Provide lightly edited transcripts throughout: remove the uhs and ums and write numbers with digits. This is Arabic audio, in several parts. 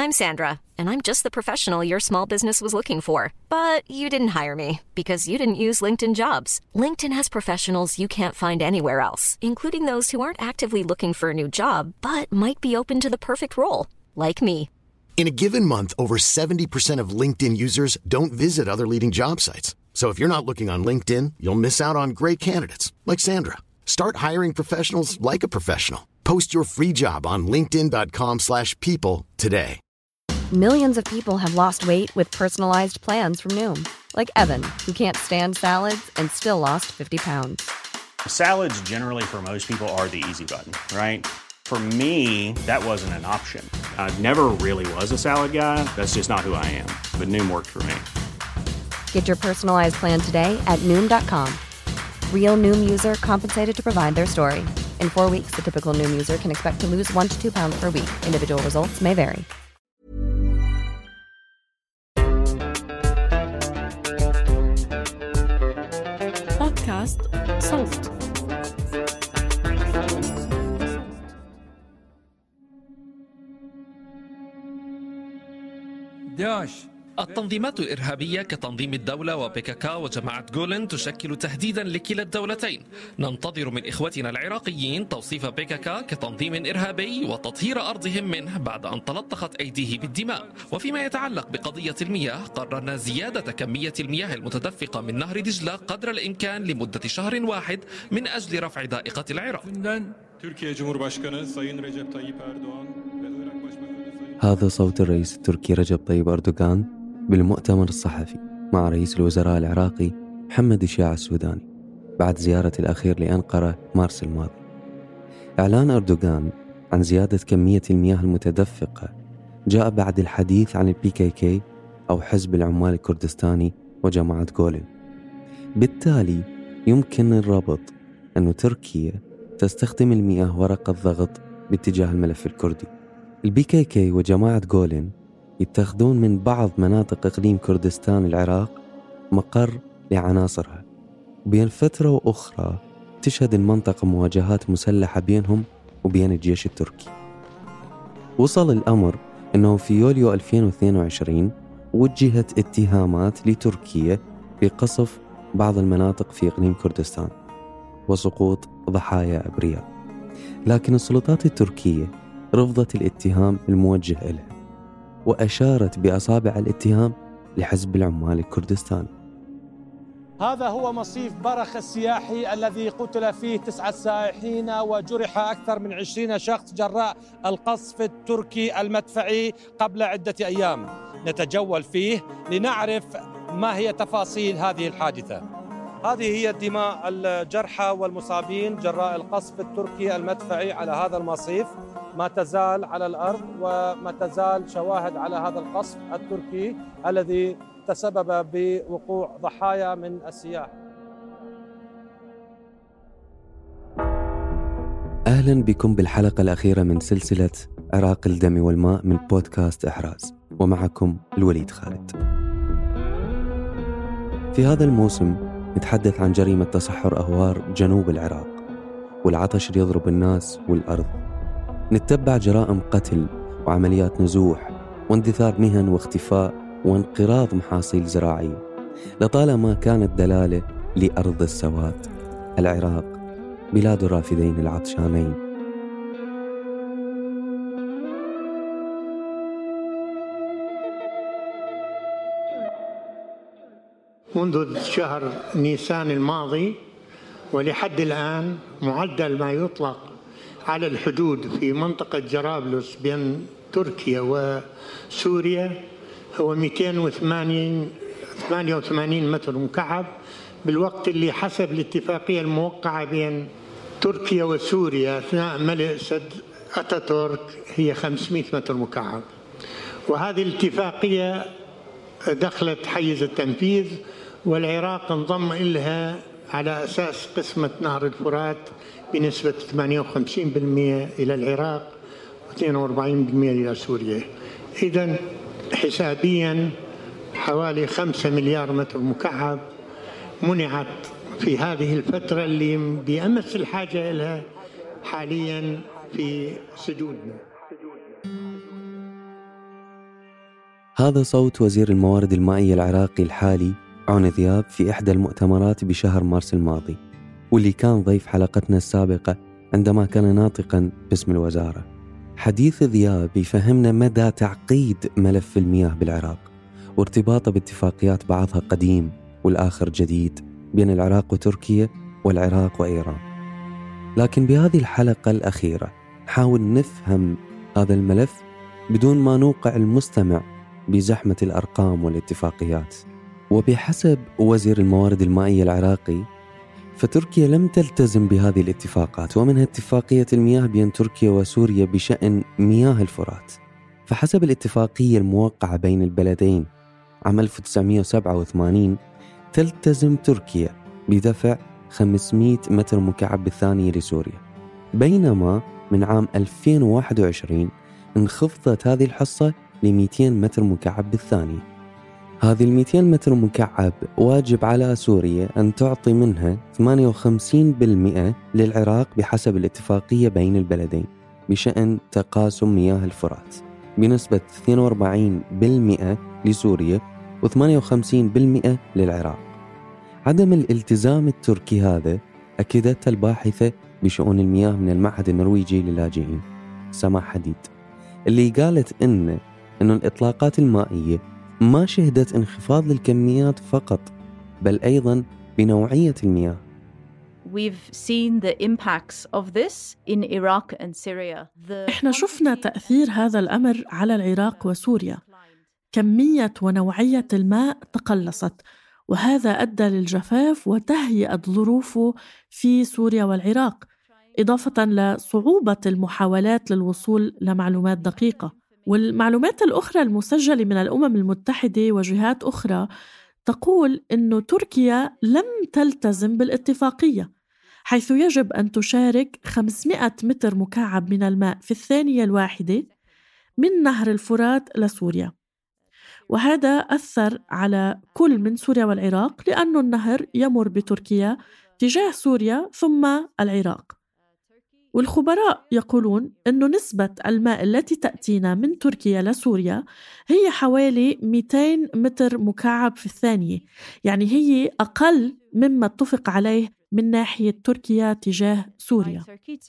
I'm Sandra, and I'm just the professional your small business was looking for. But you didn't hire me because you didn't use LinkedIn Jobs. LinkedIn has professionals you can't find anywhere else, including those who aren't actively looking for a new job, but might be open to the perfect role, like me. In a given month, over 70% of LinkedIn users don't visit other leading job sites. So if you're not looking on LinkedIn, you'll miss out on great candidates like Sandra. Start hiring professionals like a professional. Post your free job on linkedin.com/people today. Millions of people have lost weight with personalized plans from Noom. Like Evan, who can't stand salads and still lost 50 pounds. Salads generally for most people are the easy button, right? For me, that wasn't an option. I never really was a salad guy. That's just not who I am. But Noom worked for me. Get your personalized plan today at Noom.com. Real Noom user compensated to provide their story. In 4 weeks, the typical Noom user can expect to lose 1 to 2 pounds per week. Individual results may vary. بودكاست صوت. التنظيمات الإرهابية كتنظيم الدولة وبيكاكا وجماعة غولن تشكل تهديدا لكلا الدولتين. ننتظر من إخوتنا العراقيين توصيف بيكاكا كتنظيم إرهابي وتطهير أرضهم منه بعد أن تلطخت أيديه بالدماء. وفيما يتعلق بقضية المياه، قررنا زيادة كمية المياه المتدفقة من نهر دجلة قدر الإمكان لمدة شهر واحد من أجل رفع ضائقة العراق. هذا صوت الرئيس التركي رجب طيب أردوغان بالمؤتمر الصحفي مع رئيس الوزراء العراقي محمد الشيع السوداني بعد زيارة الأخير لأنقرة مارس الماضي. إعلان أردوغان عن زيادة كمية المياه المتدفقة جاء بعد الحديث عن الPKK أو حزب العمال الكردستاني وجماعة غولن. بالتالي يمكن الربط أن تركيا تستخدم المياه ورقة ضغط باتجاه الملف الكردي. الPKK وجماعة غولن يتخذون من بعض مناطق إقليم كردستان العراق مقر لعناصرها، وبين فترة وأخرى تشهد المنطقة مواجهات مسلحة بينهم وبين الجيش التركي. وصل الأمر أنه في يوليو 2022 وجهت اتهامات لتركيا بقصف بعض المناطق في إقليم كردستان وسقوط ضحايا أبرياء، لكن السلطات التركية رفضت الاتهام الموجه إلها وأشارت بأصابع الاتهام لحزب العمال الكردستاني. هذا هو مصيف برخ السياحي الذي قتل فيه 9 سائحين وجرح أكثر من 20 شخص جراء القصف التركي المدفعي قبل عدة أيام. نتجول فيه لنعرف ما هي تفاصيل هذه الحادثة. هذه هي دماء الجرحى والمصابين جراء القصف التركي المدفعي على هذا المصيف، ما تزال على الأرض وما تزال شواهد على هذا القصف التركي الذي تسبب بوقوع ضحايا من السياح. أهلا بكم بالحلقة الأخيرة من سلسلة عراق الدم والماء من بودكاست إحراز، ومعكم الوليد خالد. في هذا الموسم نتحدث عن جريمة تصحر أهوار جنوب العراق والعطش اللي يضرب الناس والأرض. نتبع جرائم قتل وعمليات نزوح واندثار مهن واختفاء وانقراض محاصيل زراعية لطالما كانت دلالة لأرض السواد، العراق بلاد الرافدين العطشانين. منذ شهر نيسان الماضي ولحد الآن معدل ما يطلق على الحدود في منطقة جرابلس بين تركيا وسوريا هو 288 متر مكعب، بالوقت اللي حسب الاتفاقية الموقعة بين تركيا وسوريا أثناء ملء سد أتاتورك هي 500 متر مكعب. وهذه الاتفاقية دخلت حيز التنفيذ، والعراق انضم إلها على أساس قسمة نهر الفرات بنسبة 58% إلى العراق و42% إلى سوريا. إذن حسابيا حوالي 5 مليار متر مكعب منعت في هذه الفترة اللي بأمس الحاجة إلها حاليا في سدودنا. هذا صوت وزير الموارد المائية العراقي الحالي عون ذياب في إحدى المؤتمرات بشهر مارس الماضي، واللي كان ضيف حلقتنا السابقة عندما كان ناطقاً باسم الوزارة. حديث ذياب يفهمنا مدى تعقيد ملف المياه بالعراق وارتباطه باتفاقيات بعضها قديم والآخر جديد بين العراق وتركيا والعراق وإيران. لكن بهذه الحلقة الأخيرة نحاول نفهم هذا الملف بدون ما نوقع المستمع بزحمة الأرقام والاتفاقيات. وبحسب وزير الموارد المائية العراقي، فتركيا لم تلتزم بهذه الاتفاقات، ومنها اتفاقية المياه بين تركيا وسوريا بشأن مياه الفرات. فحسب الاتفاقية الموقعة بين البلدين عام 1987 تلتزم تركيا بدفع 500 متر مكعب بالثانية لسوريا، بينما من عام 2021 انخفضت هذه الحصة ل 200 متر مكعب بالثانية. هذه 200 متر مكعب واجب على سوريا أن تعطي منها 58% للعراق بحسب الاتفاقية بين البلدين بشأن تقاسم مياه الفرات، بنسبة 42% لسوريا و58% للعراق. عدم الالتزام التركي هذا أكدته الباحثة بشؤون المياه من المعهد النرويجي للاجئين سماح حديد، اللي قالت إنه الإطلاقات المائية ما شهدت انخفاض للكميات فقط، بل أيضاً بنوعية المياه. إحنا شفنا تأثير هذا الأمر على العراق وسوريا. كمية ونوعية الماء تقلصت، وهذا أدى للجفاف وتهيئة ظروفه في سوريا والعراق، إضافة لصعوبة المحاولات للوصول لمعلومات دقيقة. والمعلومات الأخرى المسجلة من الأمم المتحدة وجهات أخرى تقول أن تركيا لم تلتزم بالاتفاقية، حيث يجب أن تشارك 500 متر مكعب من الماء في الثانية الواحدة من نهر الفرات لسوريا. وهذا أثر على كل من سوريا والعراق، لأن النهر يمر بتركيا تجاه سوريا ثم العراق. والخبراء يقولون أن نسبة الماء التي تأتينا من تركيا لسوريا هي حوالي 200 متر مكعب في الثانية، يعني هي أقل مما اتفق عليه من ناحية تركيا تجاه سوريا.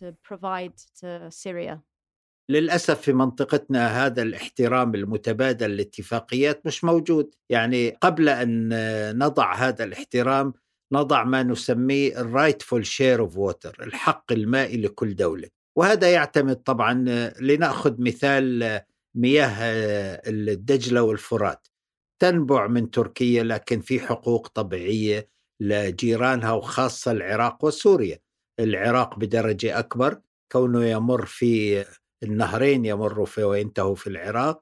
للأسف في منطقتنا هذا الاحترام المتبادل للاتفاقيات مش موجود. يعني قبل أن نضع هذا الاحترام نضع ما نسميه rightful share of water، الحق المائي لكل دولة، وهذا يعتمد طبعا. لنأخذ مثال مياه الدجلة والفرات، تنبع من تركيا، لكن في حقوق طبيعية لجيرانها وخاصة العراق وسوريا. العراق بدرجة أكبر كونه يمر في النهرين، يمروا في وينتهوا في العراق،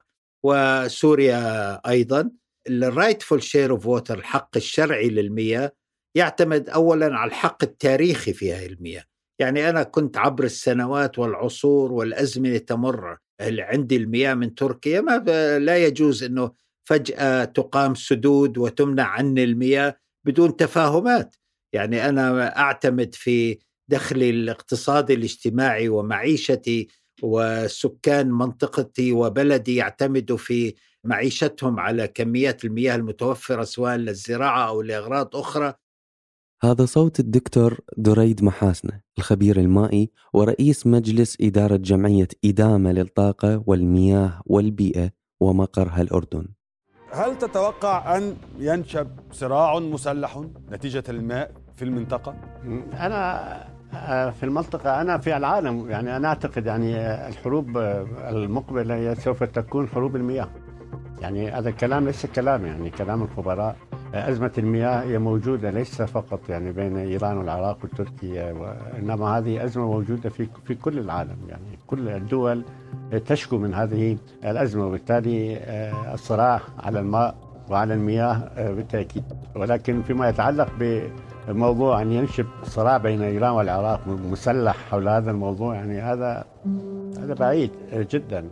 وسوريا أيضا. الرايتفول شير اوف ووتر، الحق الشرعي للمياه، يعتمد أولا على الحق التاريخي في هذه المياه. يعني أنا كنت عبر السنوات والعصور والأزمنة تمر عندي المياه من تركيا، لا يجوز أنه فجأة تقام سدود وتمنع عني المياه بدون تفاهمات. يعني أنا أعتمد في دخلي الاقتصادي الاجتماعي ومعيشتي، وسكان منطقتي وبلدي يعتمدوا في معيشتهم على كميات المياه المتوفرة سواء للزراعة أو لأغراض أخرى. هذا صوت الدكتور دريد محاسنة، الخبير المائي ورئيس مجلس إدارة جمعية إدامة للطاقة والمياه والبيئة ومقرها الأردن. هل تتوقع أن ينشب صراع مسلح نتيجة الماء في المنطقة؟ أنا في المنطقة، أنا في العالم، يعني أنا أعتقد يعني الحروب المقبلة هي سوف تكون حروب المياه. يعني هذا الكلام ليس كلام، يعني كلام الخبراء. أزمة المياه هي موجودة ليس فقط يعني بين إيران والعراق وتركيا، وإنما هذه أزمة موجودة في كل العالم. يعني كل الدول تشكو من هذه الأزمة، وبالتالي الصراع على الماء وعلى المياه بالتأكيد. ولكن فيما يتعلق بموضوع أن ينشب صراع بين إيران والعراق مسلح حول هذا الموضوع، يعني هذا بعيد جدا.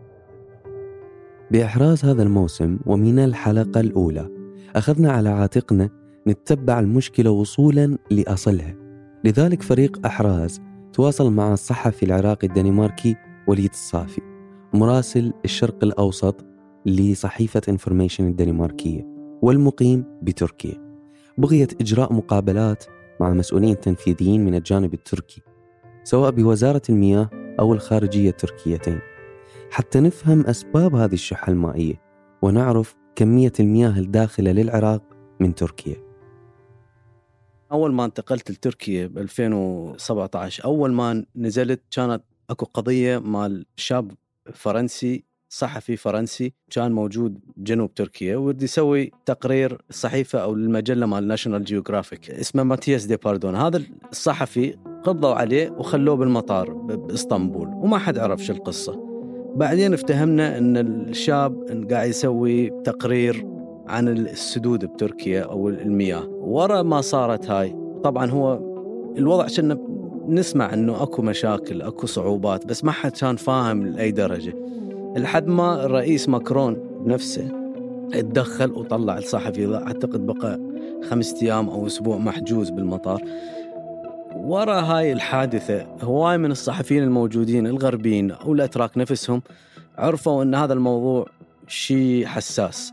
بإحراز هذا الموسم ومن الحلقة الأولى أخذنا على عاتقنا نتبع المشكلة وصولا لأصلها. لذلك فريق أحراز تواصل مع الصحفي العراقي الدنماركي وليد الصافي، مراسل الشرق الأوسط لصحيفة انفورميشن الدنماركية والمقيم بتركيا. بغيت إجراء مقابلات مع مسؤولين تنفيذيين من الجانب التركي سواء بوزارة المياه أو الخارجية التركيتين حتى نفهم أسباب هذه الشحة المائية ونعرف كمية المياه الداخلة للعراق من تركيا. أول ما انتقلت لتركيا ب 2017 أول ما نزلت كانت أكو قضية مع شاب فرنسي صحفي فرنسي كان موجود بجنوب تركيا ودي يسوي تقرير الصحيفة أو المجلة مال ناشونال جيوغرافيك اسمه ماتياس دي باردون. هذا الصحفي قضوا عليه وخلوه بالمطار بإسطنبول وما حد عرف شو القصة. بعدين افتهمنا أن الشاب قاعد يسوي تقرير عن السدود بتركيا أو المياه. ورا ما صارت هاي طبعا هو الوضع كنا نسمع أنه أكو مشاكل أكو صعوبات بس ما حد كان فاهم لأي درجة لحد ما الرئيس ماكرون نفسه اتدخل وطلع الصحفي أعتقد بقى 5 أيام أو أسبوع محجوز بالمطار. ورا هاي الحادثة هواي من الصحفيين الموجودين الغربيين أو الأتراك نفسهم عرفوا أن هذا الموضوع شيء حساس.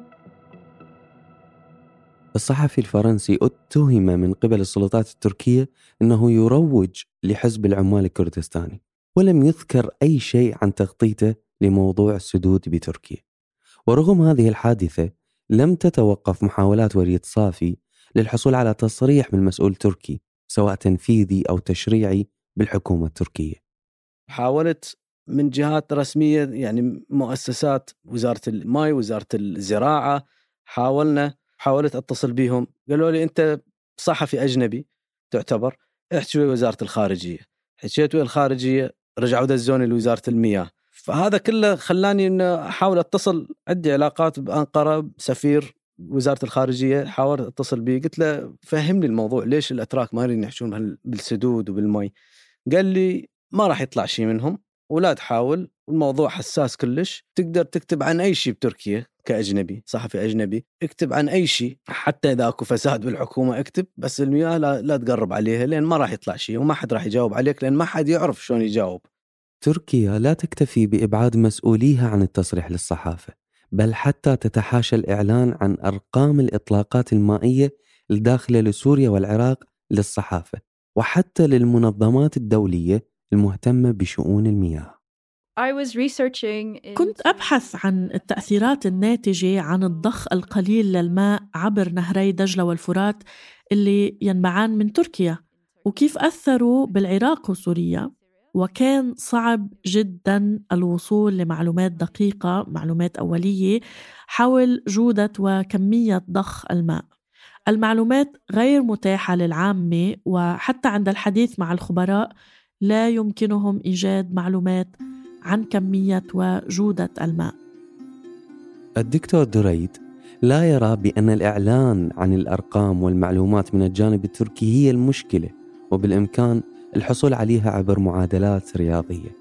الصحفي الفرنسي اتهم من قبل السلطات التركية أنه يروج لحزب العمال الكردستاني ولم يذكر أي شيء عن تغطيته لموضوع السدود بتركيا. ورغم هذه الحادثة لم تتوقف محاولات وليد صافي للحصول على تصريح من مسؤول تركي سواء تنفيذي أو تشريعي بالحكومة التركية. حاولت من جهات رسمية يعني مؤسسات وزارة الماء وزارة الزراعة حاولت أتصل بهم قالوا لي أنت صحفي أجنبي تعتبر احكي وزارة الخارجية. حكيت ويا الخارجية رجعوا دزوني لوزارة المياه. فهذا كله خلاني أن أحاول أتصل عندي علاقات بأنقرة سفير وزارة الخارجية حاولت أتصل به قلت له فهمني الموضوع ليش الأتراك ما يريدون يحشون بالسدود وبالمي. قال لي ما راح يطلع شيء منهم ولا تحاول والموضوع حساس كلش. تقدر تكتب عن أي شيء بتركيا كأجنبي صحفي أجنبي اكتب عن أي شيء حتى إذا أكو فساد بالحكومة اكتب بس المياه لا تقرب عليها لأن ما راح يطلع شيء وما حد راح يجاوب عليك لأن ما حد يعرف شلون يجاوب. تركيا لا تكتفي بإبعاد مسؤوليها عن التصريح للصحافة بل حتى تتحاشى الإعلان عن أرقام الإطلاقات المائية الداخلة لسوريا والعراق للصحافة وحتى للمنظمات الدولية المهتمة بشؤون المياه. كنت أبحث عن التأثيرات الناتجة عن الضخ القليل للماء عبر نهري دجلة والفرات اللي ينبعان من تركيا وكيف أثروا بالعراق وسوريا. وكان صعب جدا الوصول لمعلومات دقيقة معلومات أولية حول جودة وكمية ضخ الماء. المعلومات غير متاحة للعامة وحتى عند الحديث مع الخبراء لا يمكنهم إيجاد معلومات عن كمية وجودة الماء. الدكتور دريد لا يرى بأن الإعلان عن الأرقام والمعلومات من الجانب التركي هي المشكلة وبالإمكان الحصول عليها عبر معادلات رياضية.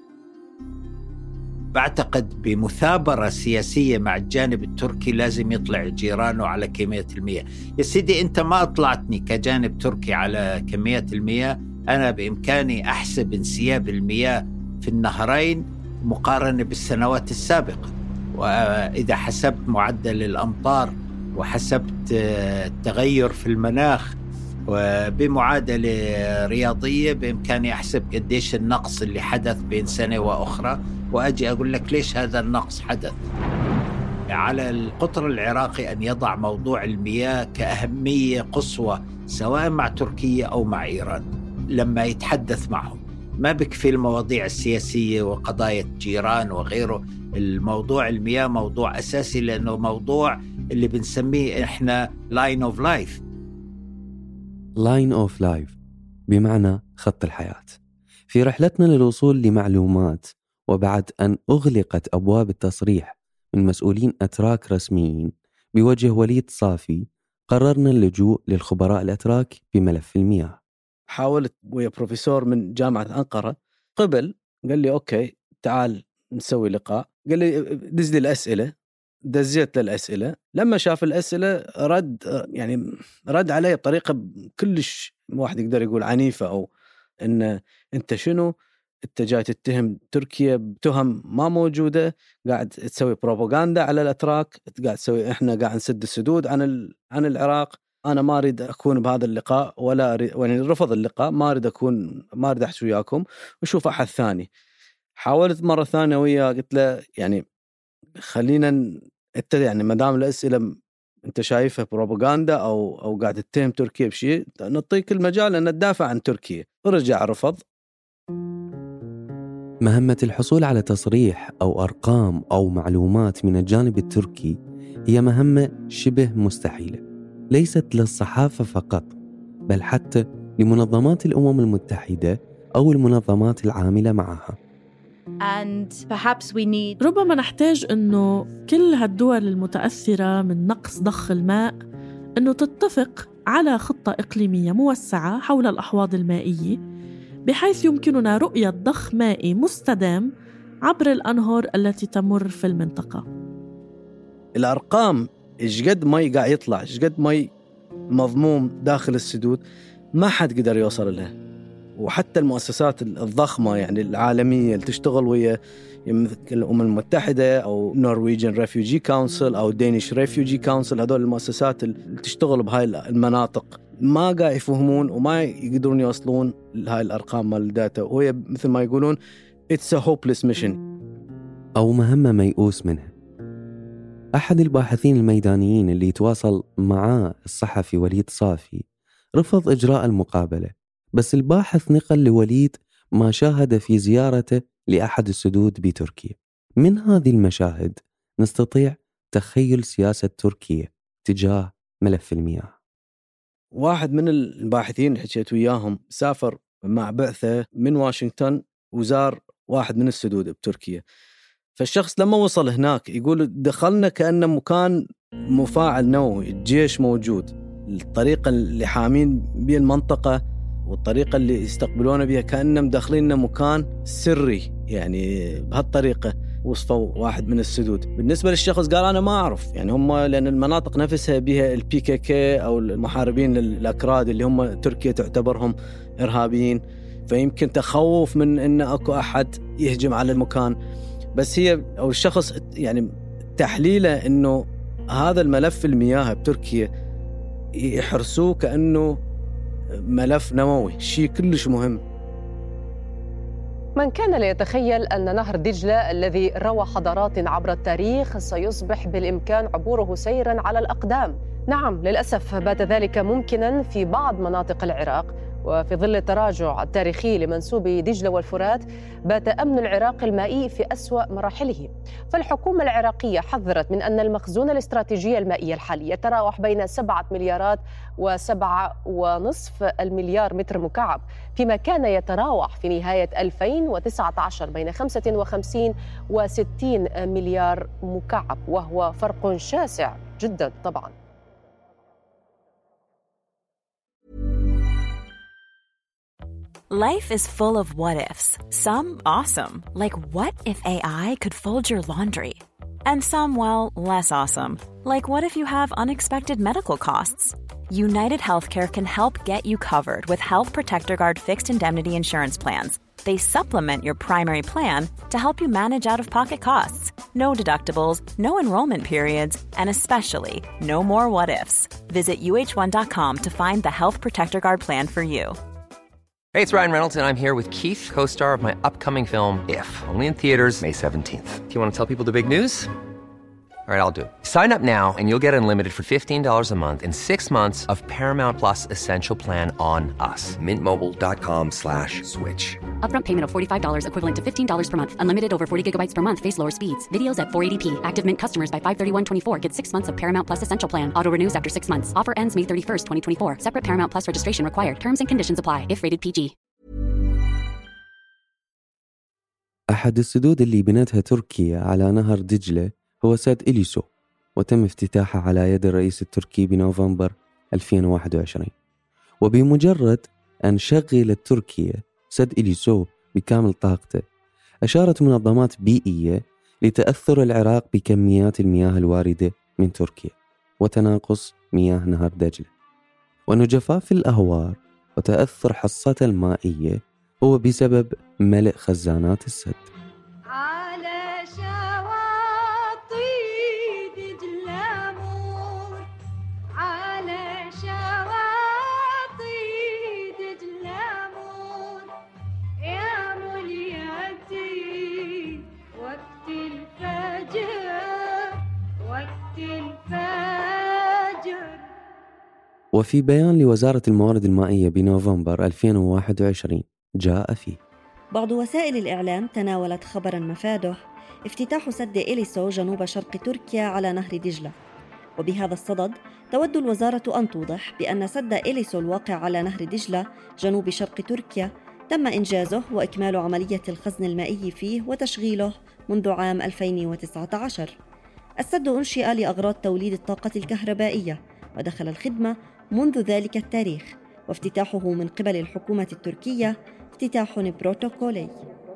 بعتقد بمثابرة سياسية مع الجانب التركي لازم يطلع جيرانه على كمية المياه. يا سيدي أنت ما أطلعتني كجانب تركي على كمية المياه، أنا بإمكاني أحسب انسياب المياه في النهرين مقارنة بالسنوات السابقة. وإذا حسبت معدل الأمطار وحسبت التغير في المناخ وبمعادلة رياضية بإمكاني أحسب قديش النقص اللي حدث بين سنة وأخرى وأجي أقول لك ليش هذا النقص حدث. على القطر العراقي أن يضع موضوع المياه كأهمية قصوى سواء مع تركيا أو مع إيران لما يتحدث معهم. ما بكفي المواضيع السياسية وقضايا جيران وغيره. الموضوع المياه موضوع أساسي لأنه موضوع اللي بنسميه إحنا line of life. line of life بمعنى خط الحياة. في رحلتنا للوصول لمعلومات وبعد أن أغلقت أبواب التصريح من مسؤولين أتراك رسميين بوجه وليد صافي قررنا اللجوء للخبراء الأتراك بملف المياه. حاولت ويا بروفيسور من جامعة أنقرة قبل قال لي أوكي تعال نسوي لقاء. قال لي دز لي الأسئلة. دزيت للأسئلة. لما شاف الأسئلة رد علي بطريقة كلش واحد يقدر يقول عنيفة أو إن أنت شنو أنت جاي تتهم تركيا بتهم ما موجودة، قاعد تسوي بروباغندا على الأتراك، قاعد تسوي إحنا قاعد نسد السدود عن العراق. أنا ما أريد أكون بهذا اللقاء ولا أريد، يعني رفض اللقاء، ما أريد أحكي وياكم وشوف أحد ثاني. حاولت مرة ثانية وياه، قلت له يعني خلينا أنت يعني ما دام الأسئلة أنت شايفها بروباغندا أو قاعد تتهم تركيا بشيء، نعطيك المجال أن ندافع عن تركيا. ورجع رفض. مهمة الحصول على تصريح أو أرقام أو معلومات من الجانب التركي هي مهمة شبه مستحيلة، ليست للصحافة فقط بل حتى لمنظمات الأمم المتحدة أو المنظمات العاملة معها. ربما نحتاج أنه كل هالدول المتأثرة من نقص ضخ الماء أنه تتفق على خطة إقليمية موسعة حول الأحواض المائية، بحيث يمكننا رؤية ضخ مائي مستدام عبر الأنهار التي تمر في المنطقة. الأرقام إيش قد مي قاعد يطلع، إيش قد مي مضموم داخل السدود، ما حد قدر يوصل لها. وحتى المؤسسات الضخمة يعني العالمية اللي تشتغل ويا الأمم المتحدة أو Norwegian Refugee Council أو Danish Refugee Council، هذول المؤسسات اللي تشتغل بهاي المناطق ما قاعد يفهمون وما يقدرون يوصلون لهاي الأرقام مال الداتا، وهي مثل ما يقولون It's a hopeless mission، أو مهمة ميؤوس منها. أحد الباحثين الميدانيين اللي يتواصل مع الصحفي وليد صافي رفض إجراء المقابلة، بس الباحث نقل لوليد ما شاهد في زيارته لأحد السدود بتركيا. من هذه المشاهد نستطيع تخيل سياسة تركيا تجاه ملف المياه. واحد من الباحثين اللي حكيت وياهم سافر مع بعثة من واشنطن وزار واحد من السدود بتركيا. فالشخص لما وصل هناك يقول دخلنا كأنه مكان مفاعل نووي، الجيش موجود، الطريقة اللي حامين بها المنطقة والطريقة اللي يستقبلونا بها كأنهم داخلين مكان سري، يعني بهالطريقة وصفوا واحد من السدود. بالنسبة للشخص قال أنا ما أعرف، يعني هم لأن المناطق نفسها بها الPKK أو المحاربين الأكراد اللي هم تركيا تعتبرهم إرهابيين، فيمكن تخوف من أن أكو أحد يهجم على المكان. بس هي أو الشخص يعني تحليله أنه هذا الملف المياه بتركيا يحرسوه كأنه ملف نووي، شيء كلش مهم. من كان ليتخيل أن نهر دجلة الذي روى حضارات عبر التاريخ سيصبح بالإمكان عبوره سيراً على الأقدام؟ نعم، للأسف بات ذلك ممكناً في بعض مناطق العراق، وفي ظل التراجع التاريخي لمنسوبي دجلة والفرات بات أمن العراق المائي في أسوأ مراحله. فالحكومة العراقية حذرت من أن المخزون الاستراتيجي المائي الحالي يتراوح بين 7 مليارات و7.5 مليار متر مكعب، فيما كان يتراوح في نهاية 2019 بين 55 و60 مليار مكعب، وهو فرق شاسع جدا طبعا. Life is full of what-ifs. Some awesome, like what if AI could fold your laundry? And some, well, less awesome, like what if you have unexpected medical costs? United Healthcare can help get you covered with Health Protector Guard fixed indemnity insurance plans. They supplement your primary plan to help you manage out-of-pocket costs. No deductibles, no enrollment periods, and especially no more what-ifs. Visit uh1.com to find the Health Protector Guard plan for you. Hey, it's Ryan Reynolds, and I'm here with Keith, co-star of my upcoming film, If, only in theaters May 17th. Do you want to tell people the big news? All right, I'll do it. Sign up now and you'll get unlimited for $15 a month and 6 months of Paramount Plus Essential Plan on us. MintMobile.com/switch. Upfront payment of $45 equivalent to $15 per month. Unlimited over 40 gigabytes per month. Face lower speeds. Videos at 480p. Active Mint customers by 531.24 get 6 months of Paramount Plus Essential Plan. Auto renews after 6 months. Offer ends May 31st, 2024. Separate Paramount Plus registration required. Terms and conditions apply if rated PG. أحد السدود اللي بنتها تركيا على نهر دجلة هو سد إليسو، وتم افتتاحه على يد الرئيس التركي بنوفمبر 2021. وبمجرد أن شغلت تركيا سد إليسو بكامل طاقته، أشارت منظمات بيئية لتأثر العراق بكميات المياه الواردة من تركيا وتناقص مياه نهر دجلة، وأن جفاف الأهوار وتأثر حصته المائية هو بسبب ملء خزانات السد. على شواطئ دجلة مور، على شواطئ دجلة مور، يا مليتي وقت الفجر، وقت الفجر. وفي بيان لوزارة الموارد المائية بنوفمبر 2021 جاء فيه: بعض وسائل الإعلام تناولت خبراً مفاده افتتاح سد إليسو جنوب شرق تركيا على نهر دجلة. وبهذا الصدد تود الوزارة أن توضح بأن سد إليسو الواقع على نهر دجلة جنوب شرق تركيا تم إنجازه وإكمال عملية الخزن المائي فيه وتشغيله منذ عام 2019. السد أنشئ لأغراض توليد الطاقة الكهربائية ودخل الخدمة منذ ذلك التاريخ، وافتتاحه من قبل الحكومة التركية افتتاح بروتوكولي.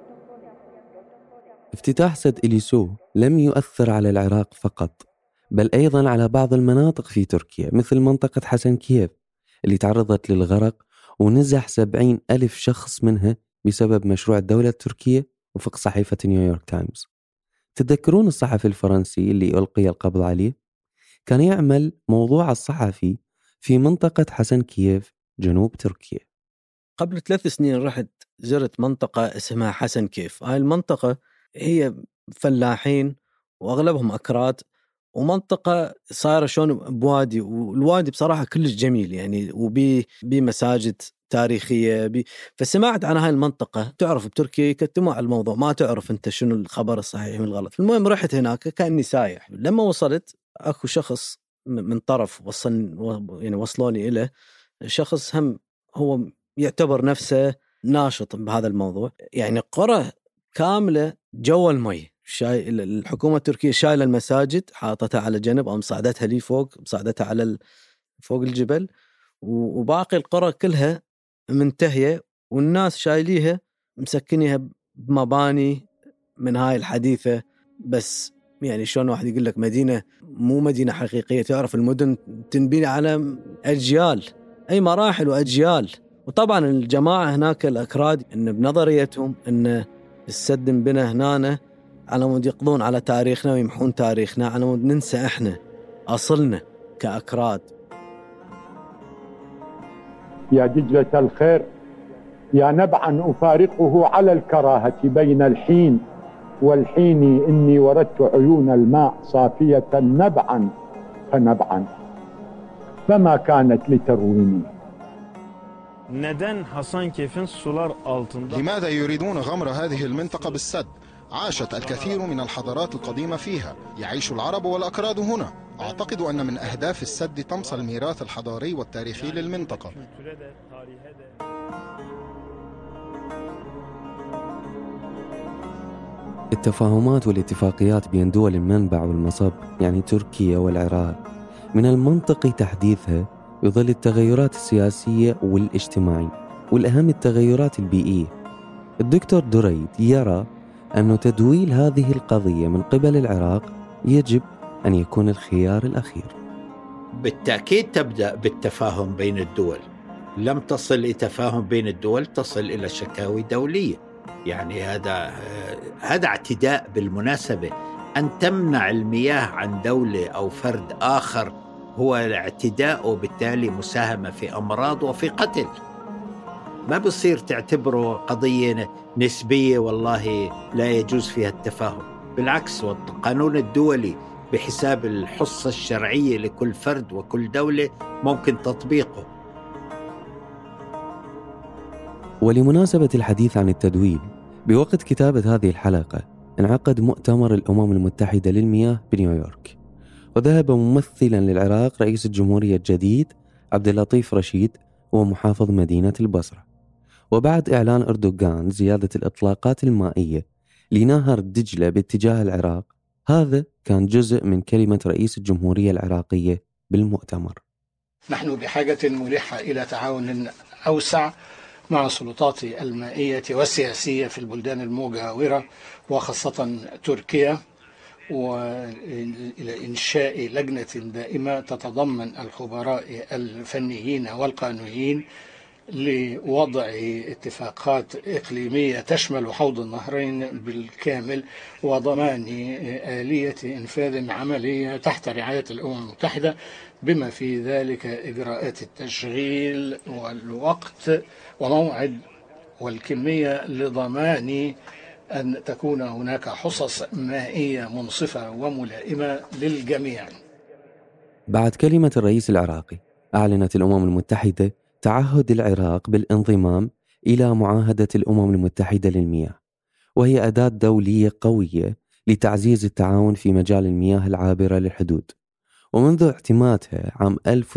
افتتاح سد إليسو لم يؤثر على العراق فقط، بل أيضاً على بعض المناطق في تركيا مثل منطقة حسنكيف اللي تعرضت للغرق ونزح 70,000 شخص منها بسبب مشروع الدولة التركية وفق صحيفة نيويورك تايمز. تذكرون الصحفي الفرنسي اللي ألقي القبض عليه؟ كان يعمل موضوع الصحفي في منطقة حسنكيف جنوب تركيا. قبل 3 سنين رحت زرت منطقة اسمها حسنكيف. هاي المنطقة هي فلاحين وأغلبهم أكراد، ومنطقة صايرة شون بوادي، والوادي بصراحة كلش جميل يعني، وبمساجد تاريخية فسمعت عن هاي المنطقة. تعرف بتركيا يكتموا على الموضوع، ما تعرف أنت شنو الخبر الصحيح من الغلط. المهم رحت هناك كأني سايح. لما وصلت أكو شخص من طرف وصلوني إليه، شخص هم هو يعتبر نفسه ناشط بهذا الموضوع. يعني قرى كاملة جوا المي، الحكومة التركية شايلة المساجد حاطتها على جنب أو مصعدتها لي فوق، مصعدتها على فوق الجبل، وباقي القرى كلها منتهية، والناس شايليها مسكنيها بمباني من هاي الحديثة. بس يعني شلون واحد يقول لك مدينة مو مدينة حقيقية؟ تعرف المدن تنبني على أجيال، أي مراحل وأجيال. وطبعا الجماعة هناك الأكراد إن بنظريتهم إن السد انبنى هنا على مود يقضون على تاريخنا ويمحون تاريخنا، على مود ننسى إحنا أصلنا كأكراد. يا دجلة الخير، يا نبعا أفارقه على الكراهة بين الحين والحين، إني وردت عيون الماء صافية نبعا فنبعا فما كانت لترويني. Neden Hasankeyf'in sular altında؟ لماذا يريدون غمر هذه المنطقة بالسد؟ عاشت الكثير من الحضارات القديمة فيها، يعيش العرب والأكراد هنا. أعتقد أن من أهداف السد طمس الميراث الحضاري والتاريخي للمنطقة. التفاهمات والاتفاقيات بين دول المنبع والمصب يعني تركيا والعراق من المنطقي تحديثها بظل التغيرات السياسية والاجتماعية، والأهم التغيرات البيئية. الدكتور دريد يرى أن تدويل هذه القضية من قبل العراق يجب أن يكون الخيار الأخير. بالتأكيد تبدأ بالتفاهم بين الدول. لم تصل إلى تفاهم بين الدول تصل إلى شكاوي دولية. يعني هذا اعتداء بالمناسبة. أن تمنع المياه عن دولة أو فرد آخر هو الاعتداء، وبالتالي مساهمة في أمراض وفي قتل. ما بصير تعتبره قضية نسبية والله لا يجوز فيها التفاهم. بالعكس، والقانون الدولي بحساب الحصة الشرعية لكل فرد وكل دولة ممكن تطبيقه. ولمناسبة الحديث عن التدويل، بوقت كتابة هذه الحلقة انعقد مؤتمر الأمم المتحدة للمياه بنيويورك، وذهب ممثلا للعراق رئيس الجمهورية الجديد عبد اللطيف رشيد ومحافظ مدينة البصرة. وبعد إعلان أردوغان زيادة الإطلاقات المائية لنهر دجلة باتجاه العراق، هذا كان جزء من كلمة رئيس الجمهورية العراقية بالمؤتمر. نحن بحاجة ملحة إلى تعاون أوسع مع السلطات المائية والسياسية في البلدان المجاورة وخاصة تركيا، وإلى إنشاء لجنة دائمة تتضمن الخبراء الفنيين والقانونيين لوضع اتفاقات إقليمية تشمل حوض النهرين بالكامل وضمان آلية إنفاذ عملية تحت رعاية الأمم المتحدة، بما في ذلك إجراءات التشغيل والوقت وموعد والكمية، لضمان أن تكون هناك حصص مائية منصفة وملائمة للجميع. بعد كلمة الرئيس العراقي، أعلنت الأمم المتحدة تعهد العراق بالانضمام إلى معاهدة الأمم المتحدة للمياه، وهي أداة دولية قوية لتعزيز التعاون في مجال المياه العابرة للحدود. ومنذ اعتمادها عام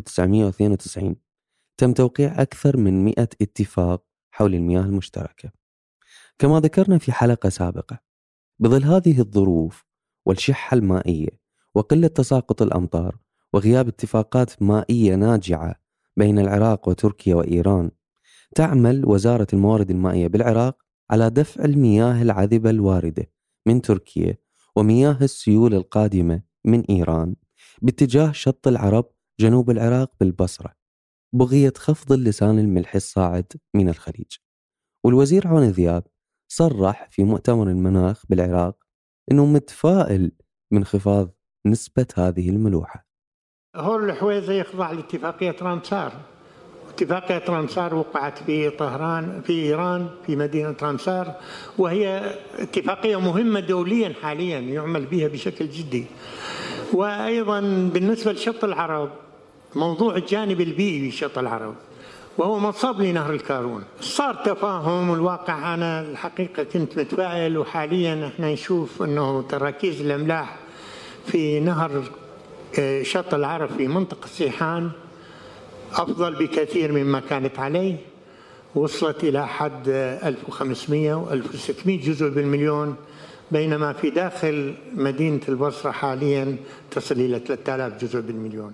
1992 تم توقيع أكثر من 100 اتفاق حول المياه المشتركة. كما ذكرنا في حلقة سابقة، بظل هذه الظروف والشحة المائية وقلة تساقط الأمطار وغياب اتفاقات مائية ناجعة بين العراق وتركيا وإيران، تعمل وزارة الموارد المائية بالعراق على دفع المياه العذبة الواردة من تركيا ومياه السيول القادمة من إيران باتجاه شط العرب جنوب العراق بالبصرة، بغية خفض اللسان الملحي الصاعد من الخليج. والوزير عون ذياب صرح في مؤتمر المناخ بالعراق أنه متفائل من انخفاض نسبة هذه الملوحة. هول الحويزة يخضع لاتفاقية رامسار، اتفاقية رامسار وقعت في طهران في إيران في مدينة رامسار، وهي اتفاقية مهمة دوليا حاليا يعمل بها بشكل جدي. وأيضا بالنسبة لشط العرب، موضوع الجانب البيئي في شط العرب وهو مصب لنهر الكارون، صار تفاهم. الواقع أنا الحقيقة كنت متفائل، وحاليا احنا نشوف أنه تراكيز الأملاح في نهر شط العرب في منطقة سيحان أفضل بكثير مما كانت عليه، وصلت إلى حد 1500 و 1600 جزء بالمليون، بينما في داخل مدينة البصرة حاليا تصل إلى 3000 جزء بالمليون.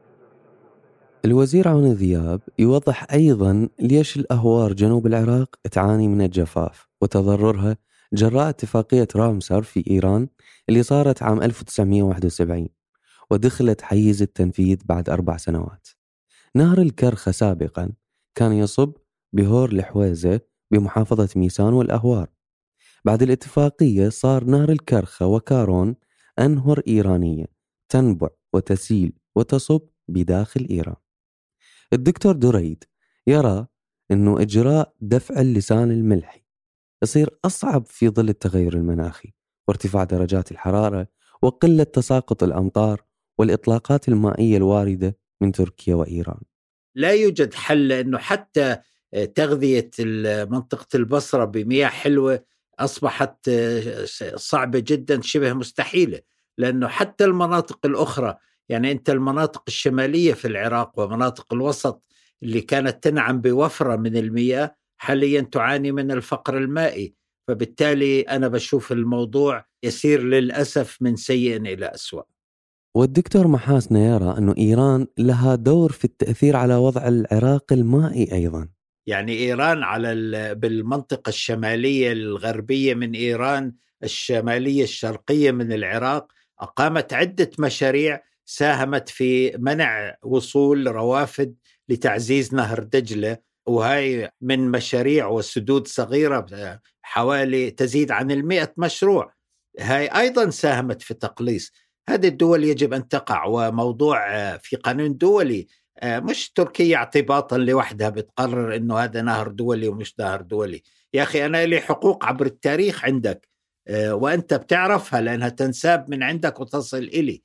الوزير عون ذياب يوضح أيضا ليش الأهوار جنوب العراق تعاني من الجفاف وتضررها جراء اتفاقية رامسار في إيران اللي صارت عام 1971 ودخلت حيز التنفيذ بعد 4 سنوات. نهر الكرخة سابقا كان يصب بهور الحويزة بمحافظة ميسان والأهوار. بعد الاتفاقية صار نهر الكرخة وكارون أنهر إيرانية تنبع وتسيل وتصب بداخل إيران. الدكتور دريد يرى أنه إجراء دفع اللسان الملحي يصير أصعب في ظل التغير المناخي وارتفاع درجات الحرارة وقلة تساقط الأمطار والإطلاقات المائية الواردة من تركيا وإيران. لا يوجد حل، لأنه حتى تغذية منطقة البصرة بمياه حلوة أصبحت صعبة جدا، شبه مستحيلة، لأنه حتى المناطق الأخرى، يعني أنت المناطق الشمالية في العراق ومناطق الوسط اللي كانت تنعم بوفرة من المياه حاليا تعاني من الفقر المائي. فبالتالي أنا بشوف الموضوع يسير للأسف من سيء إلى أسوأ. والدكتور محاسن يرى أنه إيران لها دور في التأثير على وضع العراق المائي أيضا. يعني إيران بالمنطقة الشمالية الغربية من إيران، الشمالية الشرقية من العراق، أقامت عدة مشاريع ساهمت في منع وصول روافد لتعزيز نهر دجلة، وهي من مشاريع وسدود صغيرة حوالي تزيد عن 100 مشروع، هاي أيضا ساهمت في تقليص. هذه الدول يجب أن تقع، وموضوع في قانون دولي، مش تركيا اعتباطا لوحدها بتقرر إنه هذا نهر دولي ومش نهر دولي. يا أخي أنا لي حقوق عبر التاريخ عندك، وأنت بتعرفها لأنها تنساب من عندك وتصل إلي.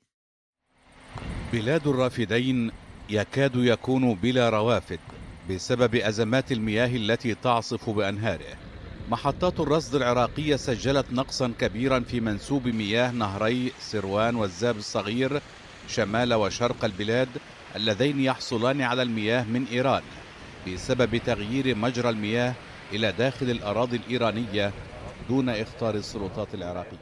بلاد الرافدين يكاد يكون بلا روافد بسبب أزمات المياه التي تعصف بأنهاره. محطات الرصد العراقية سجلت نقصا كبيرا في منسوب مياه نهري سروان والزاب الصغير شمال وشرق البلاد اللذين يحصلان على المياه من إيران بسبب تغيير مجرى المياه إلى داخل الأراضي الإيرانية دون إخطار السلطات العراقية.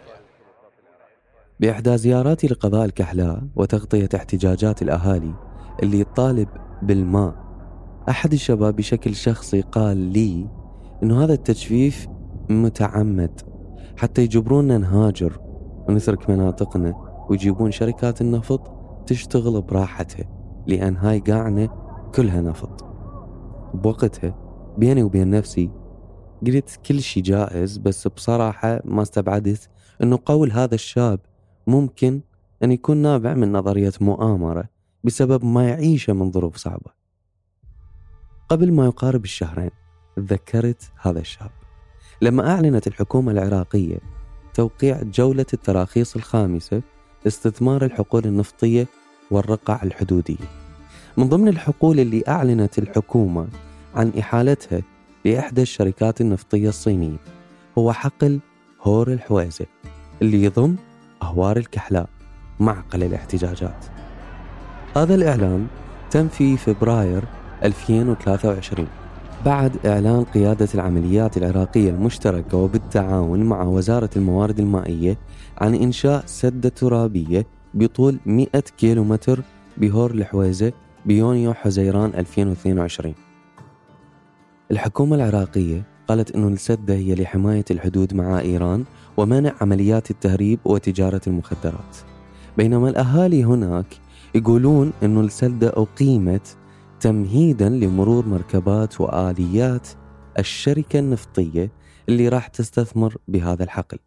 بإحدى زياراتي لقضاء الكحلاء وتغطية احتجاجات الأهالي اللي يطالب بالماء، أحد الشباب بشكل شخصي قال لي إنه هذا التجفيف متعمد حتى يجبروننا نهاجر ونترك مناطقنا ويجيبون شركات النفط تشتغل براحتها، لأن هاي قاعنا كلها نفط. بوقتها بيني وبين نفسي قلت كل شيء جائز، بس بصراحة ما استبعدت أنه قول هذا الشاب ممكن أن يكون نابع من نظرية مؤامرة بسبب ما يعيشه من ظروف صعبة. قبل ما يقارب الشهرين تذكرت هذا الشاب لما أعلنت الحكومة العراقية توقيع جولة التراخيص الخامسة لاستثمار الحقول النفطية والرقع الحدودية. من ضمن الحقول اللي أعلنت الحكومة عن إحالتها لإحدى الشركات النفطية الصينية هو حقل هور الحويزة اللي يضم أهوار الكحلاء معقل الاحتجاجات. هذا الإعلان تم في فبراير 2023 بعد إعلان قيادة العمليات العراقية المشتركة وبالتعاون مع وزارة الموارد المائية عن إنشاء سدة ترابية بطول 100 كيلومتر بهور الحويزة بيونيو حزيران 2022. الحكومة العراقية قالت أن السدة هي لحماية الحدود مع إيران ومنع عمليات التهريب وتجارة المخدرات، بينما الأهالي هناك يقولون أن السدة أقيمت تمهيداً لمرور مركبات وآليات الشركة النفطية اللي راح تستثمر بهذا الحقل.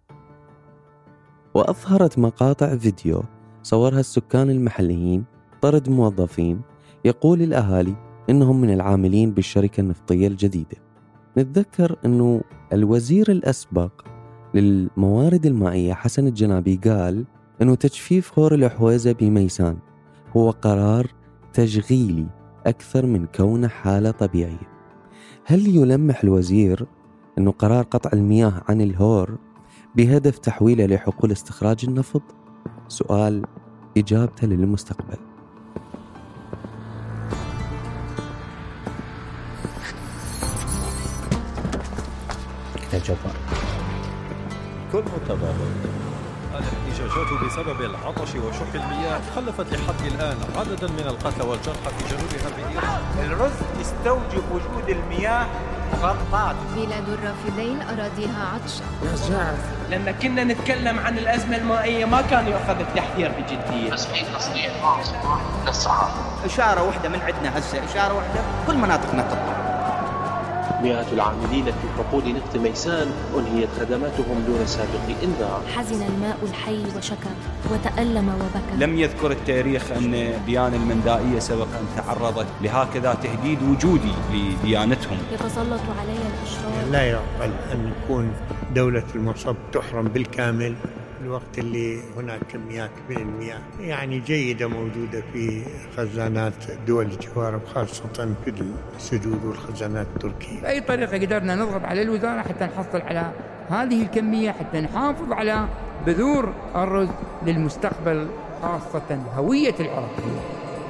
وأظهرت مقاطع فيديو صورها السكان المحليين طرد موظفين يقول الأهالي إنهم من العاملين بالشركة النفطية الجديدة. نتذكر أنه الوزير الأسبق للموارد المائية حسن الجنابي قال أنه تجفيف هور الحويزة بميسان هو قرار تشغيلي أكثر من كونه حالة طبيعية. هل يلمح الوزير أنه قرار قطع المياه عن الهور بهدف تحويله لحقول استخراج النفط؟ سؤال إجابته للمستقبل. كل متضرر. الاحتجاجات بسبب العطش وشح المياه خلفت لحد الآن عددا من القتلى والجرحى في جنوب غرب إيران. الرز يستوجب وجود المياه غطات. بلاد الرافدين أراضيها عطشة. ناس جاعت. لما كنا نتكلم عن الأزمة المائية ما كان يأخذ التحذير بجدية. تصنيع للصحافة. إشارة واحدة من عندنا هسه، إشارة واحدة كل مناطقنا تطلع. مئات العاملين في حقول نفط ميسان أنهيت خدماتهم دون سابق إنذار. حزن الماء الحي وشكى وتألم وبكى. لم يذكر التاريخ أن ديانة المندائية سبق أن تعرضت لهكذا تهديد وجودي لديانتهم. يتسلط علي الأشرار. لا يعقل أن يكون دولة المصب تحرم بالكامل الوقت اللي هناك كميات من المياه يعني جيدة موجودة في خزانات دول الجوار، خاصة في السدود والخزانات التركية. بأي طريقة قدرنا نضغط على الوزارة حتى نحصل على هذه الكمية، حتى نحافظ على بذور الرز للمستقبل، خاصة هوية العراقية.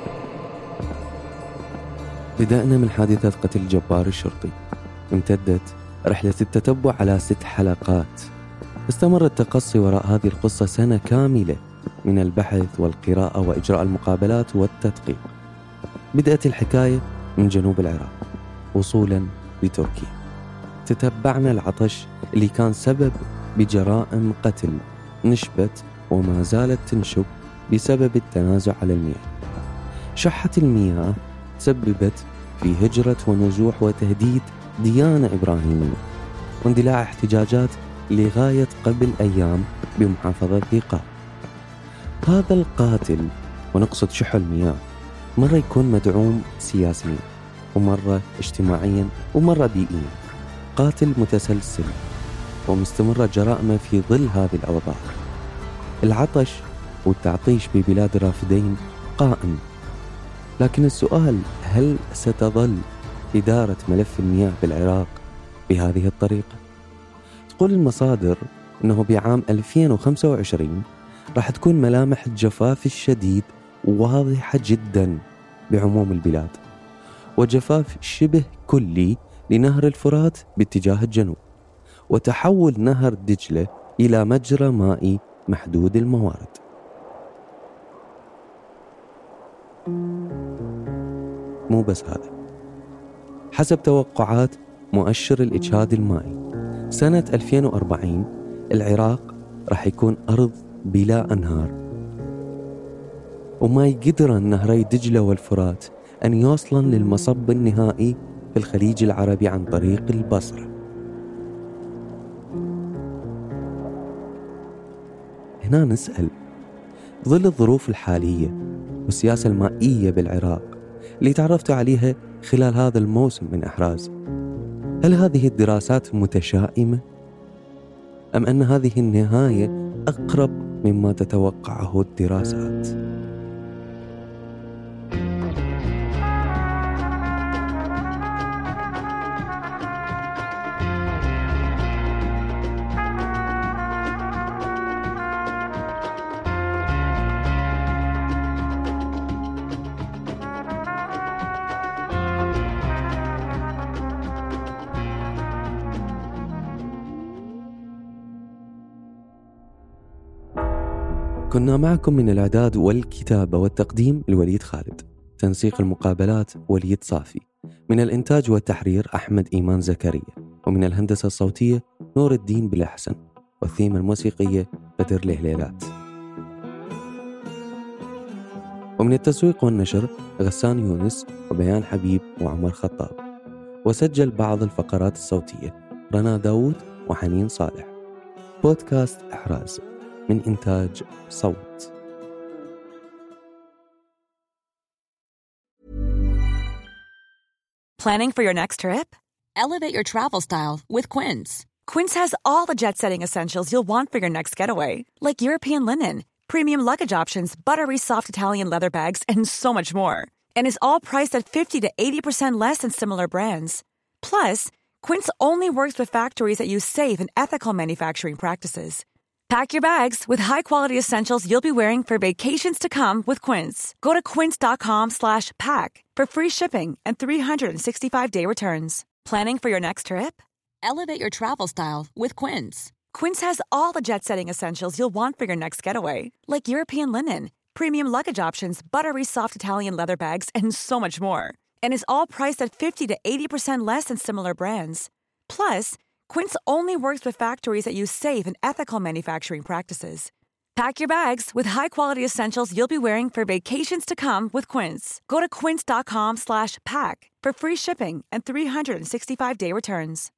بدأنا من حادثة قتل الجبار الشرطي، امتدت رحلة التتبع على 6 حلقات. استمر التقصي وراء هذه القصة سنة كاملة من البحث والقراءة وإجراء المقابلات والتدقيق. بدأت الحكاية من جنوب العراق وصولا لتركيا. تتبعنا العطش اللي كان سبب بجرائم قتل نشبت وما زالت تنشب بسبب التنازع على المياه. شحة المياه تسببت في هجرة ونزوح وتهديد ديانة إبراهيمية واندلاع احتجاجات لغاية قبل أيام بمحافظة ذيقار. هذا القاتل، ونقصد شح المياه، مرة يكون مدعوم سياسيا ومرة اجتماعيا ومرة بيئيا. قاتل متسلسل ومستمرة جرائمه في ظل هذه الأوضاع. العطش والتعطيش ببلاد الرافدين قائم، لكن السؤال هل ستظل إدارة ملف المياه بالعراق بهذه الطريقة؟ تقول المصادر أنه بعام 2025 راح تكون ملامح الجفاف الشديد واضحة جدا بعموم البلاد، وجفاف شبه كلي لنهر الفرات باتجاه الجنوب، وتحول نهر دجلة إلى مجرى مائي محدود الموارد. مو بس هذا، حسب توقعات مؤشر الإجهاد المائي سنة 2040 العراق راح يكون أرض بلا أنهار، وما يقدر نهري دجلة والفرات أن يوصلن للمصب النهائي في الخليج العربي عن طريق البصرة. هنا نسأل، ظل الظروف الحالية والسياسة المائية بالعراق اللي تعرفت عليها خلال هذا الموسم من إحراز، هل هذه الدراسات متشائمة؟ أم أن هذه النهاية أقرب مما تتوقعه الدراسات؟ كنا معكم من الإعداد والكتابة والتقديم لوليد خالد، تنسيق المقابلات وليد صافي، من الإنتاج والتحرير أحمد إيمان زكريا، ومن الهندسة الصوتية نور الدين بالأحسن، والثيمة الموسيقية بدر الهليلات، ومن التسويق والنشر غسان يونس وبيان حبيب وعمر خطاب، وسجل بعض الفقرات الصوتية رنا داود وحنين صالح. بودكاست إحراز من إنتاج صوت. Planning for your next trip? Elevate your travel style with Quince. Quince has all the jet-setting essentials you'll want for your next getaway, like European linen, premium luggage options, buttery soft Italian leather bags, and so much more. And is all priced at 50 to 80% less than similar brands. Plus, Quince only works with factories that use safe and ethical manufacturing practices. Pack your bags with high-quality essentials you'll be wearing for vacations to come with Quince. Go to quince.com/pack for free shipping and 365-day returns. Planning for your next trip? Elevate your travel style with Quince. Quince has all the jet-setting essentials you'll want for your next getaway, like European linen, premium luggage options, buttery soft Italian leather bags, and so much more. And is all priced at 50 to 80% less than similar brands. Plus, Quince only works with factories that use safe and ethical manufacturing practices. Pack your bags with high-quality essentials you'll be wearing for vacations to come with Quince. Go to quince.com/pack for free shipping and 365-day returns.